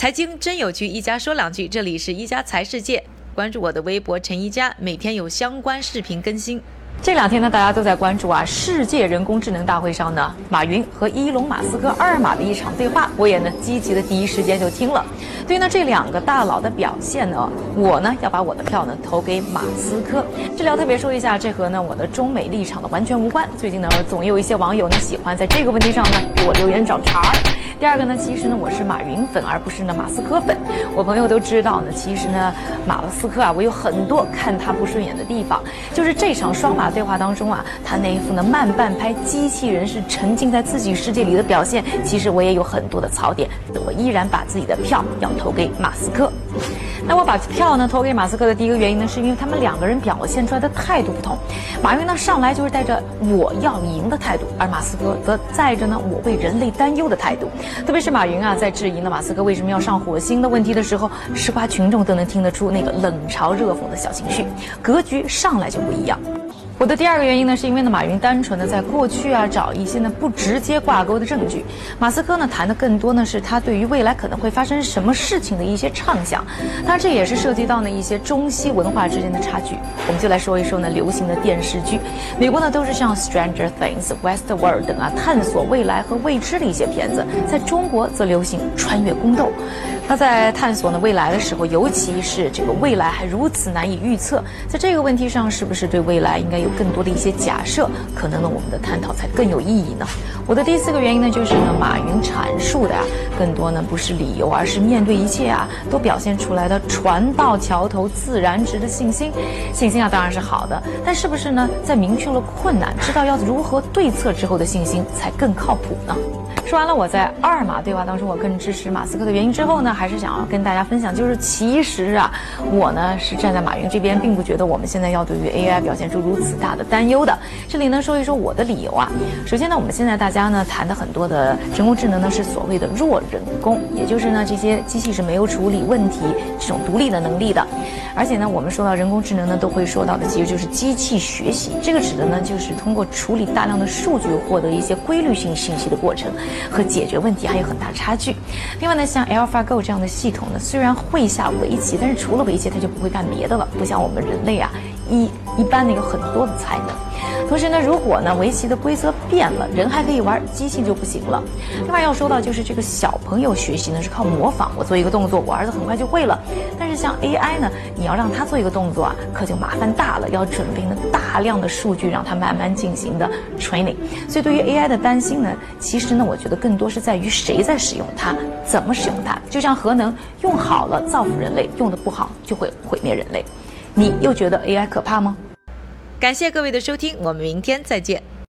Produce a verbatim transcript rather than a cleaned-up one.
财经真有趣，一家说两句，这里是一家财世界，关注我的微博陈一家，每天有相关视频更新。这两天呢，大家都在关注啊，世界人工智能大会上呢，马云和伊隆马斯克二马的一场对话，我也呢积极的第一时间就听了。对于呢这两个大佬的表现呢，我呢要把我的票呢投给马斯克。这里要特别说一下，这和呢我的中美立场的完全无关。最近呢，总有一些网友呢喜欢在这个问题上呢给我留言找茬儿。第二个呢，其实呢我是马云粉，而不是呢马斯克粉。我朋友都知道呢，其实呢马斯克啊，我有很多看他不顺眼的地方，就是这场双马对话当中啊，他那一副呢慢半拍机器人是沉浸在自己世界里的表现，其实我也有很多的槽点，我依然把自己的票要投给马斯克。那我把票呢投给马斯克的第一个原因呢，是因为他们两个人表现出来的态度不同。马云呢上来就是带着我要赢的态度，而马斯克则带着呢我为人类担忧的态度。特别是马云啊，在质疑呢马斯克为什么要上火星的问题的时候，吃瓜群众都能听得出那个冷嘲热讽的小情绪，格局上来就不一样。我的第二个原因呢，是因为呢马云单纯的在过去啊找一些呢不直接挂钩的证据，马斯克呢谈的更多呢是他对于未来可能会发生什么事情的一些畅想，当然这也是涉及到呢一些中西文化之间的差距。我们就来说一说呢流行的电视剧，美国呢都是像 Stranger Things、Westworld 等啊探索未来和未知的一些片子，在中国则流行穿越宫斗。那在探索呢未来的时候，尤其是这个未来还如此难以预测，在这个问题上是不是对未来应该有更多的一些假设，可能呢我们的探讨才更有意义呢。我的第四个原因呢，就是呢马云阐述的啊，更多呢不是理由，而是面对一切啊都表现出来的船到桥头自然直的信心。信心啊当然是好的，但是不是呢在明确了困难，知道要如何对策之后的信心才更靠谱呢？说完了我在二马对话当中我更支持马斯克的原因之后呢，还是想要跟大家分享，就是其实啊我呢是站在马云这边，并不觉得我们现在要对于 A I 表现出如此大的担忧的。这里呢说一说我的理由啊。首先呢，我们现在大家呢谈的很多的人工智能呢是所谓的弱人工，也就是呢这些机器是没有处理问题这种独立的能力的。而且呢我们说到人工智能呢，都会说到的其实就是机器学习，这个指的呢就是通过处理大量的数据获得一些规律性信息的过程，和解决问题还有很大差距。另外呢，像 AlphaGo 这样的系统呢，虽然会下围棋，但是除了围棋它就不会干别的了，不像我们人类啊一一般呢有很多的才能。同时呢，如果呢围棋的规则变了，人还可以玩，机器就不行了。另外要说到就是这个小朋友学习呢是靠模仿，我做一个动作，我儿子很快就会了。但是像 A I 呢，你要让他做一个动作啊，可就麻烦大了，要准备呢大量的数据让他慢慢进行的 training。所以对于 A I 的担心呢，其实呢我觉得更多是在于谁在使用它，怎么使用它。就像核能用好了造福人类，用得不好就会毁灭人类。你又觉得 A I 可怕吗？感谢各位的收听，我们明天再见。